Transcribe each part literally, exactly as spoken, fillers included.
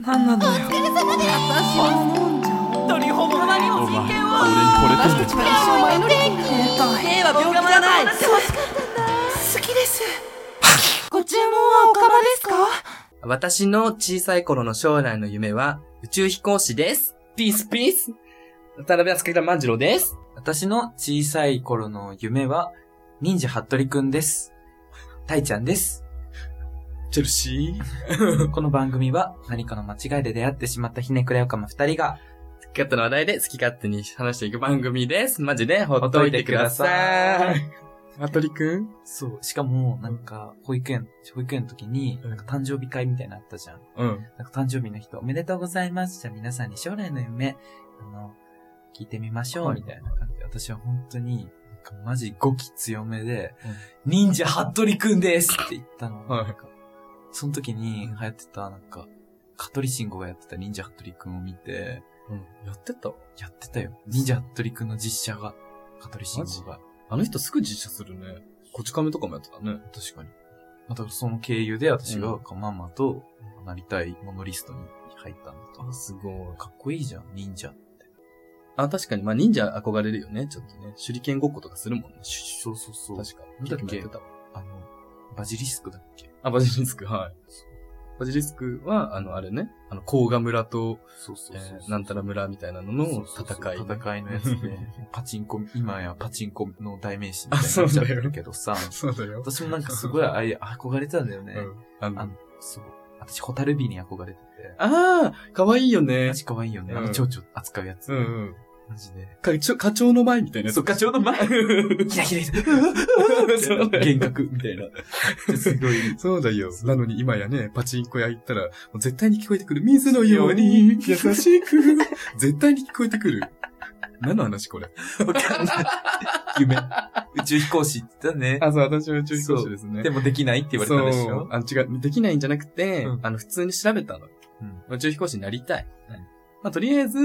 なんなのよ。 お疲れ様です。 私も飲んじゃおう。 鳥ほどまにも人権を。 私たちは一生前乗り切って兵は病気じゃない。 楽しかったんだ。好きです。 ご注文はおかまですか？ 私の小さい頃の将来の夢は宇宙飛行士です。ピースピース。渡辺敦明万次郎です。 私の小さい頃の夢は忍者ハットリくんです。タイちゃんです。 チェルシーこの番組は何かの間違いで出会ってしまったひねくれおかま二人が好き勝手な話題で好き勝手に話していく番組です。マジでほっといてください。ハットリくん？ そう。しかも、なんか、保育園、保育園の時に、なんか誕生日会みたいなのあったじゃん。 うん。 なんか誕生日の人、おめでとうございます。じゃあ皆さんに将来の夢、あの、聞いてみましょう、はい、みたいな感じで。私は本当に、なんかマジ語気強めで、うん、忍者ハットリくんですって言ったの。はい、なんかその時に流行ってた、なんか、香取慎吾がやってた忍者ハットリくんを見て、 うん。やってたやってたよ。忍者ハットリくんの実写が、香取慎吾が。 あの人すぐ実写するね。こち亀とかもやってたね。 確かに。またその経由で私が、うん、ママとなりたいモノリストに入ったんだと。 あ、すごい。 かっこいいじゃん、忍者って。 あ、確かに。まあ、忍者憧れるよね、ちょっとね。手裏剣ごっことかするもんね。 そうそうそう。 確かに。だっけあの、バジリスクだっけあ、バジリスク、はい。バジリスクは、あの、あれね、あの、甲賀村と、 そうそうそう、 えー、なんたら村みたいなのの戦い。そうそうそう戦いのやつで、パチンコ、今やパチンコの代名詞みたいになっちゃってるけどさ。 そうだよ。 私もなんかすごいあれ、憧れてたんだよね。うん。 あの、 あのそう。私、ホタルビーに憧れてて。 ああ、かわいいよね。 マジかわいいよね。うん、あの、蝶々扱うやつ。 うんうん。 マジで。 課長、課長の前みたいなやつ。 そう、課長の前。キラキラキラ。幻覚みたいな。すごい。 そうだよ。なのに今やね、パチンコ屋行ったら、もう絶対に聞こえてくる。水のように、優しく。絶対に聞こえてくる。何の話これ。 わかんない。夢。宇宙飛行士って言ったね。 あ、そう、私は宇宙飛行士ですね。 でもできないって言われたでしょ。 あ、違う。できないんじゃなくて、うん、あの、普通に調べたの。うん、宇宙飛行士になりたい。うん、まあ、とりあえず、うん、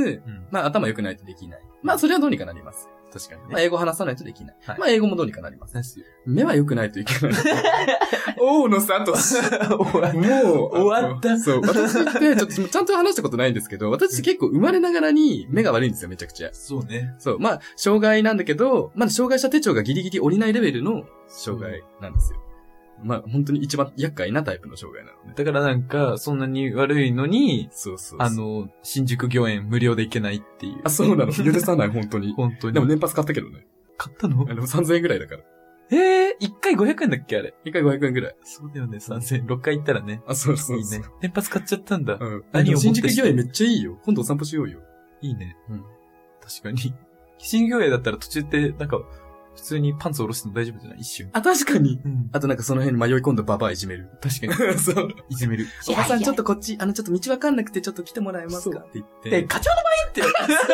まあ、頭良くないとできない。まあ、それはどうにかなります。 確かにね。 まあ、英語話さないとできない。はい、まあ、英語もどうにかなります。 ですよ。 目は良くないといけない。大野さんと、もう、 終わった。 そう、私って、ちょっと、ちゃんと話したことないんですけど、私結構生まれながらに目が悪いんですよ、めちゃくちゃ。 そうね。 そう、まあ、障害なんだけど、まだ障害者手帳がギリギリ降りないレベルの障害なんですよ。まあ、本当に一番厄介なタイプの障害なのね。 だからなんか、そんなに悪いのに、 そうそうそう。 あの、新宿御苑無料で行けないっていう。 あ、そうなの。許さない、本当に。 本当に。 でも年パス買ったけどね。 買ったの？ あの、さんぜんえんぐらいだから。 ええー、いっかいごひゃくえんだっけあれ。 いっかいごひゃくえんぐらい。 そうだよね、さんぜんえん。ろっかい行ったらね。 あ、そうそうそう。 いいね。年パス買っちゃったんだ。 うん。 何を新宿御苑めっちゃいいよ。今度お散歩しようよ。 いいね。 うん。 確かに。新御苑だったら途中で、なんか、普通にパンツ下ろしても大丈夫じゃない一瞬。 あ、確かに。 うん。 あとなんかその辺に迷い込んだババアいじめる。 確かに。 そう。 いじめる。 おばさんちょっとこっち、あのちょっと道わかんなくてちょっと来てもらえますかって言って。 で、課長の前って。ミ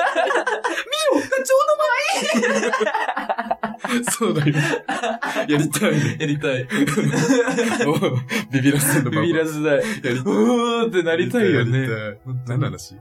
オ課長の前そうだよ。やりたい。 やりたい。 ビビらせんのババア。 ビビらせたい。やりたい。うーってなりたいよね。 何の話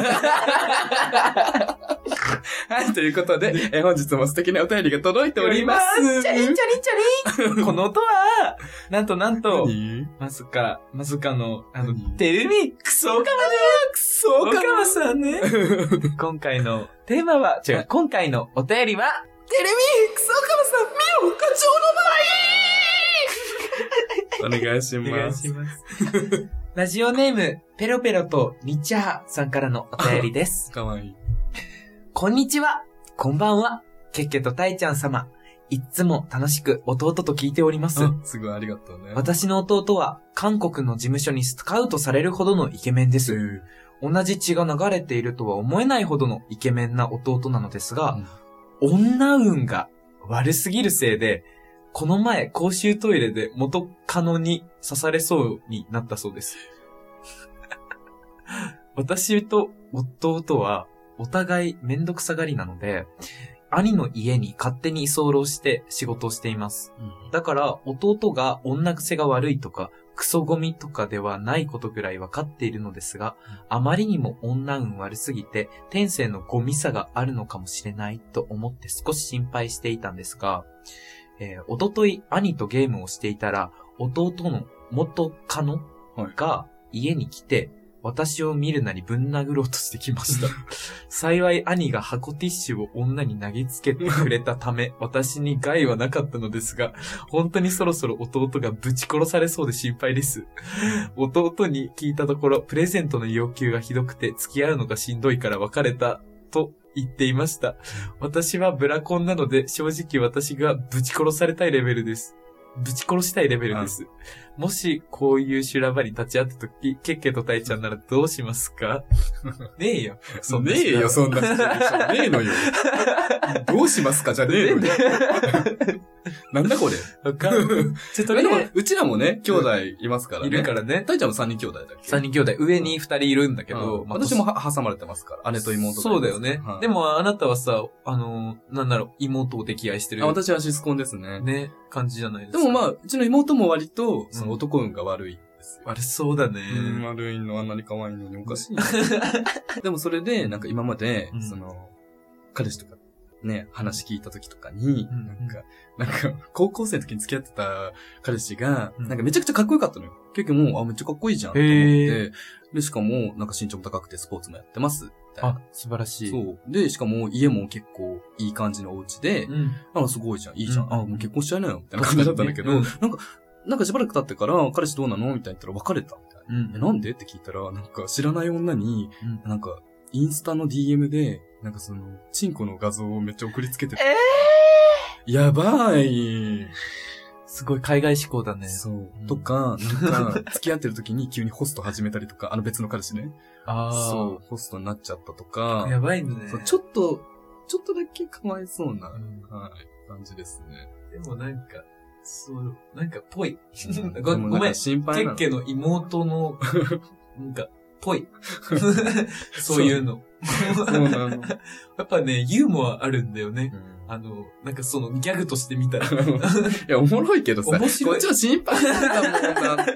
はい、ということで、え本日も素敵なお便りが届いております。 チャリンチャリンチャリンこの音は、なんとなんと、 何まさか、まさかの、あの、テレビ、クソオカマねクソオカマオカマさんね今回のテーマは、違う、今回のお便りは、 テレビ、クソオカマさん、ミオ課長の前お願いします。 お願いします。ラジオネーム、ペロペロとリチャーさんからのお便りです。 かわいい。 こんにちは。こんばんは。ケッケとタイちゃん様。いつも楽しく弟と聞いております。 すごいありがとうね。 私の弟は韓国の事務所にスカウトされるほどのイケメンです。同じ血が流れているとは思えないほどのイケメンな弟なのですが、うん、女運が悪すぎるせいで、この前公衆トイレで元カノに刺されそうになったそうです。私と弟はお互いめんどくさがりなので、兄の家に勝手に居候して仕事をしています。うん、だから弟が女癖が悪いとかクソゴミとかではないことぐらいわかっているのですが、うん、あまりにも女運悪すぎて天性のゴミさがあるのかもしれないと思って少し心配していたんですが、えー、おととい兄とゲームをしていたら弟の元カノが家に来て、 私を見るなりぶん殴ろうとしてきました。幸い兄が箱ティッシュを女に投げつけてくれたため、私に害はなかったのですが、本当にそろそろ弟がぶち殺されそうで心配です。弟に聞いたところ、プレゼントの要求がひどくて付き合うのがしんどいから別れたと言っていました。私はブラコンなので、正直私がぶち殺されたいレベルです。ぶち殺したいレベルです。もし、こういう修羅場に立ち会ったとき、ケッケとタイちゃんならどうしますか？ねえよ。 そんなねえよ、そんな人。ねえのよ。どうしますかじゃねえのよ。なんだこれ。 わかる。ちょっとね、 でも、うちらもね、兄弟いますからね。 いるからね。 タイちゃんも三人兄弟だっけ？ 三人兄弟。上に二人いるんだけど、 まあ、私もは挟まれてますから。姉と妹と。 そうだよね。 はい、 でも、あなたはさ、あのー、なんだろう、妹を溺愛してる。 あ、私はシスコンですね。 ね、感じじゃないですか。 でもまあ、うちの妹も割と、その男運が悪いんですよ。 悪そうだね。 うん、悪いの、あんなに可愛いのにおかしい。でもそれで、なんか今まで、その、彼氏とか、ね、話聞いた時とかに、なんか、なんか、高校生の時に付き合ってた彼氏が、なんかめちゃくちゃかっこよかったのよ。結局もう、あ、めっちゃかっこいいじゃんと思って、で、しかも、なんか身長も高くてスポーツもやってます。 あ、素晴らしい。 そう。で、しかも家も結構いい感じのお家で、うん、あ、すごいじゃん、いいじゃん。うん、あ、もう結婚しちゃいなよ、みたいな感じだったんだけど、うん、なんか、なんかしばらく経ってから、彼氏どうなのみたいな言ったら別れた、みたいな。うん、え、なんでって聞いたら、なんか知らない女に、うん、なんか、インスタの ディーエム で、なんかその、チンコの画像をめっちゃ送りつけてる。えー、やばい。 すごい海外志向だね。 そう。うん、とか、なんか、付き合ってる時に急にホスト始めたりとか、あの別の彼氏ね。ああ。そう、ホストになっちゃったとか。 やばいね。 そう、ちょっと、ちょっとだけかわいそうな、うん、はい、感じですね。 でもなんか、そう、なんか、ぽい。ご, ごめん、心配なの。ケッケの妹の、なんか、ぽい。そういうの。そうなの。やっぱね、ユーモアあるんだよね。うん、あの、なんかそのギャグとして見たら。いや、おもろいけどさ。 面白い。 こっちは心配なんだもんだって。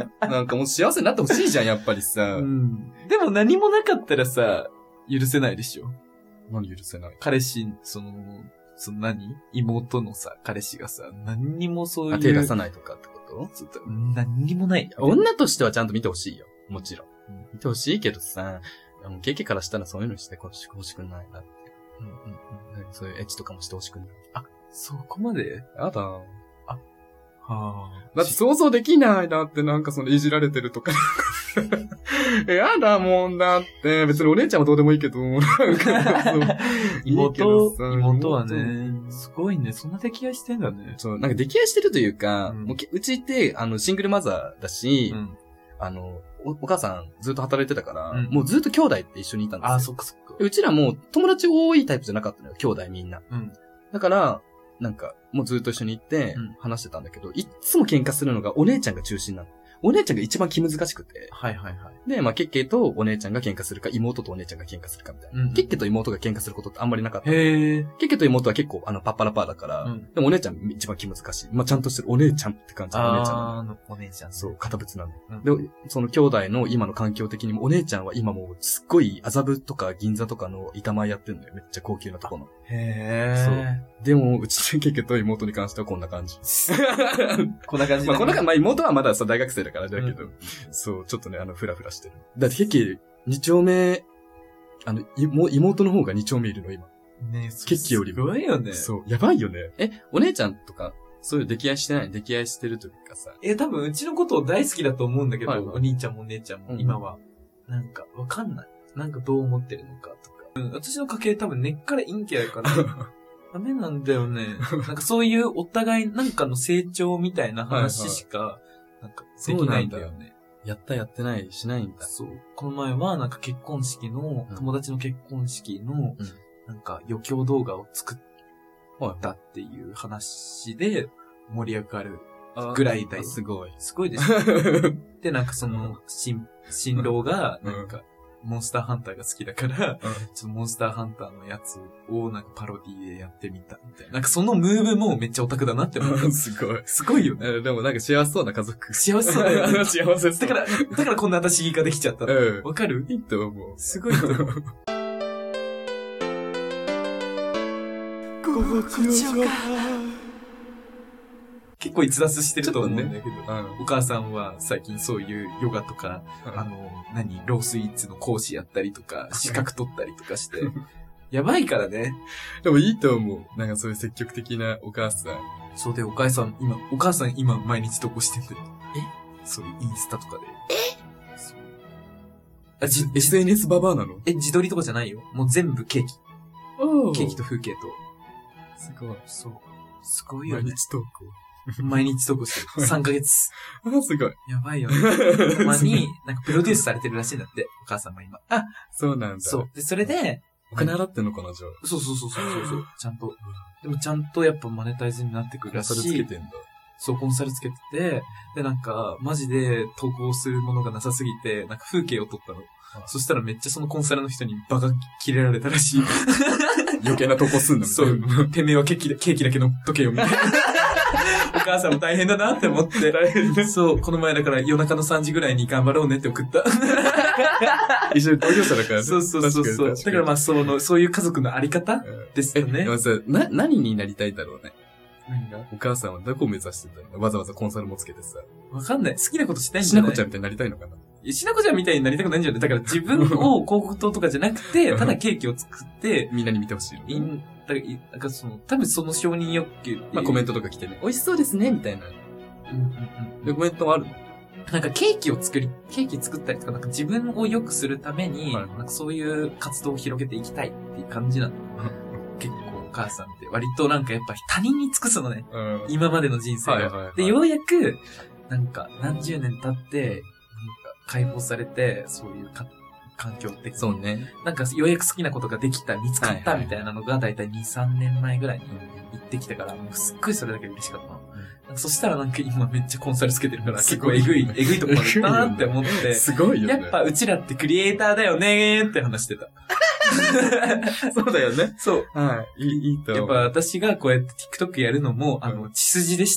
なんかもう幸せになってほしいじゃん、やっぱりさ。うん。 でも何もなかったらさ、許せないでしょ。 何許せない？ 彼氏、その、その何？妹のさ、彼氏がさ、何にもそういう。 手出さないとかってこと？ 何にもない。 女としてはちゃんと見てほしいよ。もちろん。見てほしいけどさ、ケケからしたらそういうのしてほしくないなって。うんうんうん。そういうエッチとかもしてほしくない。 あ、そこまで？ やだ。 あ、はぁ。だって想像できない。だってなんかそのいじられてるとか。やだもんだって。別にお姉ちゃんはどうでもいいけど。なんかそう妹、妹はね、すごいね。そんな溺愛してんだね。 そう、なんか溺愛してるというか、うん、もううちって、あの、シングルマザーだし、うん、あの、お, お母さんずっと働いてたから、うん、もうずっと兄弟って一緒にいたんですよ。 あ、そっかそっか。 うちらも友達多いタイプじゃなかったのよ、兄弟みんな。うん、だから、なんか、もうずっと一緒に行って話してたんだけど、うん、いっつも喧嘩するのがお姉ちゃんが中心なの。お姉ちゃんが一番気難しくて。 はいはいはい。 で、まあ、ケッケとお姉ちゃんが喧嘩するか、妹とお姉ちゃんが喧嘩するかみたいな。うんうん、ケッケと妹が喧嘩することってあんまりなかった。へー。ケッケと妹は結構、あの、パッパラパーだから、うん、でもお姉ちゃん一番気難しい。まあ、ちゃんとしてるお姉ちゃんって感じのお姉ちゃん。 あー、お姉ちゃん。 そう、堅物なの、うん。で、その兄弟の今の環境的にも、お姉ちゃんは今もう、すっごい麻布とか銀座とかの板前やってるのよ。めっちゃ高級なとこの。 へー。そう。 でも、うちのケッケと妹に関してはこんな感じ。 こんな感じ、ね。 まあ、こんな感じ。まあ、妹はまださ、大学生だからだけど、うん、そう、ちょっとね、あの、ふらふらしてる。だって、ケッケ、二丁目、あの、妹の方が二丁目いるの、今。 ねえ、 ケッケよりも。 すごいよね。 そう、やばいよね。え、お姉ちゃんとか、そういう溺愛してない？溺愛してるというかさ。 え、多分、うちのことを大好きだと思うんだけど、はいはい、お兄ちゃんもお姉ちゃんも、今は。うん、なんか、わかんない。なんかどう思ってるのかとか。うん、私の家系多分根っから陰キャやから、ダメなんだよね。なんかそういうお互いなんかの成長みたいな話しか、はいはい、なんかできないんだよね。 やったやってないしないんだ。 そう。この前はなんか結婚式の、うん、友達の結婚式の、うん、なんか余興動画を作ったっていう話で盛り上がるぐらいだよ。 すごい。 すごいですで、なんかその、新、新郎が、なんか、モンスターハンターが好きだから、うん、ちょっとモンスターハンターのやつをなんかパロディでやってみたみたいな。なんかそのムーブもめっちゃオタクだなって思った。 すごい。 すごいよね。 でもなんか幸せそうな家族。 幸せそうだよね。 幸せそう。 だから、だからこんな私ができちゃったの。わ、うん、かる？ いいと思う。 すごいと思う。 心地よか。 結構逸脱してると思うんだけど、 ねうん、 お母さんは最近そういうヨガとか、うん、あの、何、ロースイーツの講師やったりとか、資格取ったりとかして、やばいからね。 でもいいと思う。なんかそういう積極的なお母さん。 そうで、お母さん、今、お母さん今毎日投稿してんだよ。えそういうインスタとかで。えそうあ、じ、エスエヌエス ババアなのえ、自撮りとかじゃないよ。もう全部ケーキ。ケーキと風景と。 すごい。 そう。すごいよね。 毎日投稿。 毎日投稿してる。さんかげつ。 あ、すごい。 やばいよね。たまに、なんかプロデュースされてるらしいんだって、お母さんも今。 あ、そうなんだ。 そう。で、それで、 お金払ってんのかな、じゃあ。 そうそうそうそうそう。ちゃんと。でもちゃんとやっぱマネタイズになってくるらしい。 コンサルつけてんだ。 そう、コンサルつけてて、で、なんか、マジで投稿するものがなさすぎて、なんか風景を撮ったの。そしたらめっちゃそのコンサルの人にバカ切れられたらしい。 余計な投稿すんのそう。てめえはケーキだ、ケーキだけ乗っとけよ、みたいな。お母さんも大変だなって思って。そう、この前だから夜中のさんじぐらいに頑張ろうねって送った。 一緒に同業者だからね。 そうそうそうそう。だからまあ、その、そういう家族のあり方ですよね。 でもさ、な、何になりたいだろうね。 何がお母さんはどこを目指してたのわざわざコンサルもつけてさ。 わかんない。好きなことしたいんじゃない？ しなこちゃんみたいになりたいのかなしなこちゃんみたいになりたくないんじゃない？だから自分を広告塔とかじゃなくて、ただケーキを作って、 みんなに見てほしい。 いん、だから、なんかその、多分その承認欲求。 まあコメントとか来てね。美味しそうですね、みたいな。 うんうんうん。 で、コメントもあるの？ なんかケーキを作り、ケーキ作ったりとか、なんか自分を良くするために、はい、なんかそういう活動を広げていきたいっていう感じなの。結構お母さんって割となんかやっぱ他人に尽くすのね。うん、今までの人生が、はいはいはい。で、ようやく、なんか何十年経って、なんか解放されて、そういうか環境的に。 そうね。 なんかようやく好きなことができた、見つかったみたいなのがだいたいに、さんねんまえぐらいに行ってきたから、もうすっごいそれだけ嬉しかったの。うん、そしたらなんか今めっちゃコンサルつけてるから、結構えぐい、えぐいとこまで行ったなって思って。 すごいよね。 やっぱうちらってクリエイターだよねーって話してた。 そうだよね。 そう。 はい。いい、いいと。 やっぱ私がこうやって TikTok やるのも、あの、血筋でした。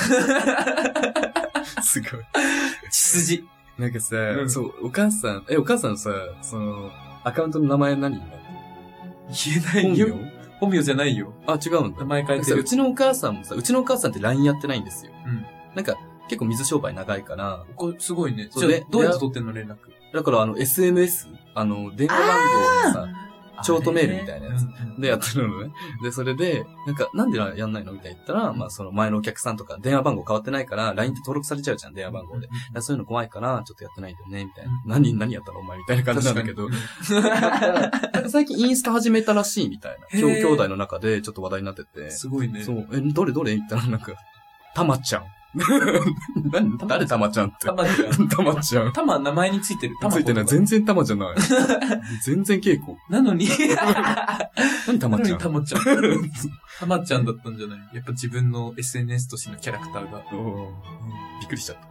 すごい。 血筋。 なんかさ、うん、そう、お母さん、え、お母さんさ、その、アカウントの名前何になるの？ 言えないよ。本名？本名じゃないよ。 あ、違うんだ。 名前変えてる。 うちのお母さんもさ、うちのお母さんって ライン やってないんですよ。 うん。 なんか、結構水商売長いから。 これすごいね。じゃあ、どうやって取ってんの連絡？ だからあの、エスエムエス? あの、電話番号のさ、ショートメールみたいなやつでやってるのね。で、それで、なんか、なんでやんないのみたいに言ったら、まあ、その前のお客さんとか電話番号変わってないから、ライン って登録されちゃうじゃん、電話番号で。そういうの怖いから、ちょっとやってないんだよね、みたいな。何、何やったのお前みたいな感じなんだけど。最近インスタ始めたらしいみたいな。兄弟の中でちょっと話題になってて。 すごいね。 そう。え、どれどれ言ったらなんか、たまちゃん。何誰たまちゃんって。 たまちゃん。 たまちゃん。 たま名前についてる。 たまついてない。全然たまじゃない。全然稽古。 なのに。 何たまちゃん。 何たまちゃん。たまちゃんだったんじゃない？やっぱ自分の エスエヌエス としてのキャラクターが。 うん、びっくりしちゃった。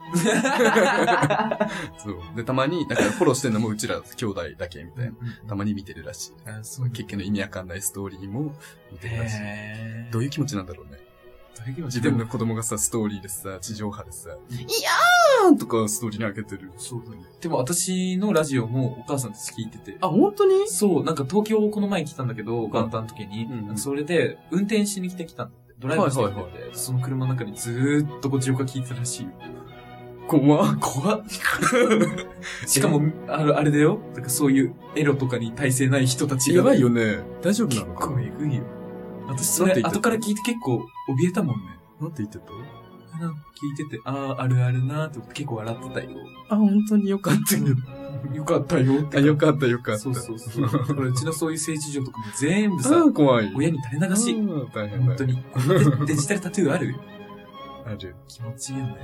そう。で、たまに、だからフォローしてんのもうちら兄弟だけみたいな。たまに見てるらしい。そう結局の意味わかんないストーリーも見てるらしい。どういう気持ちなんだろうね。自分の子供がさ、ストーリーでさ、地上波でさ、いやーんとかストーリーに上げてる。 そうだね。でも私のラジオもお母さんたち聞いてて。 あ、本当に？ そう、なんか東京この前来たんだけど、元旦の時に、うんうん、それで運転しに来てきたんだって。ドライブしてきてて、はいはいはい、その車の中にずーっとこう地上波聞いてたらしいよ。 怖っ。 怖っ。しかも、あれ、あれだよ。なんかそういうエロとかに耐性ない人たちが。 やばいよね。大丈夫なのか？ 結構えぐいよ。私それ後から聞いて結構怯えたもんね。 なんて言ってた？ なんか聞いてて、ああ、あるあるなーって結構笑ってたよ。 あ、本当によかったよ。 よかったよって。 あ、よかったよかった。 そうそうそう。だからうちのそういう政治上とかも全部さ、 怖い。 親に垂れ流し。 大変だ。 本当に。デジタルタトゥーある？ ある。 気持ちいいよね。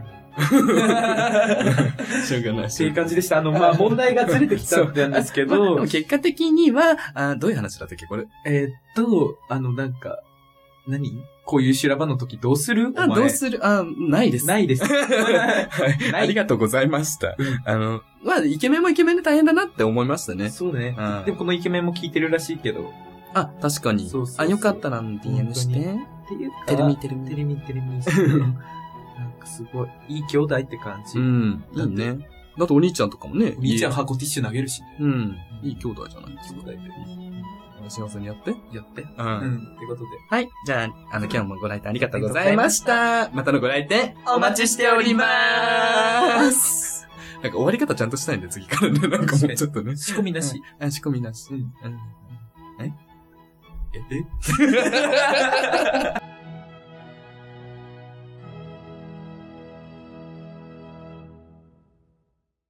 しょうがない。 っていう感じでした。あの、まあ、問題がずれてきたんですけど。まあ、 でも結果的には、あどういう話だったっけこれ。 えー、っと、あの、なんか、何こういう修羅場の時どうする？ あ、どうする？あ、ないです。 ないです。 はい。ありがとうございました。うん、あの、まあ、イケメンもイケメンで大変だなって思いましたね。 そうね。でもこのイケメンも聞いてるらしいけど。 あ、確かに。そうそうそう。あ、よかったら ディーエム して。 っていうか、 テレミテレミ。 テレミテレミ。なんかすごい、いい兄弟って感じ。 うん。いいね。だってお兄ちゃんとかもね。 お兄ちゃん箱ティッシュ投げるしね。 うん。いい兄弟じゃないですか。兄弟で。 幸せにやって。 やって。 う。 うんん。ってことで。 はい。じゃあ、あの、今日もご来店ありがとうございました。またのご来店、 お待ちしておりまーす。 なんか終わり方ちゃんとしたいんで、次からね。なんかもうちょっとね。 仕込みなし。 うん。仕込みなし。 うん。 うん。えええ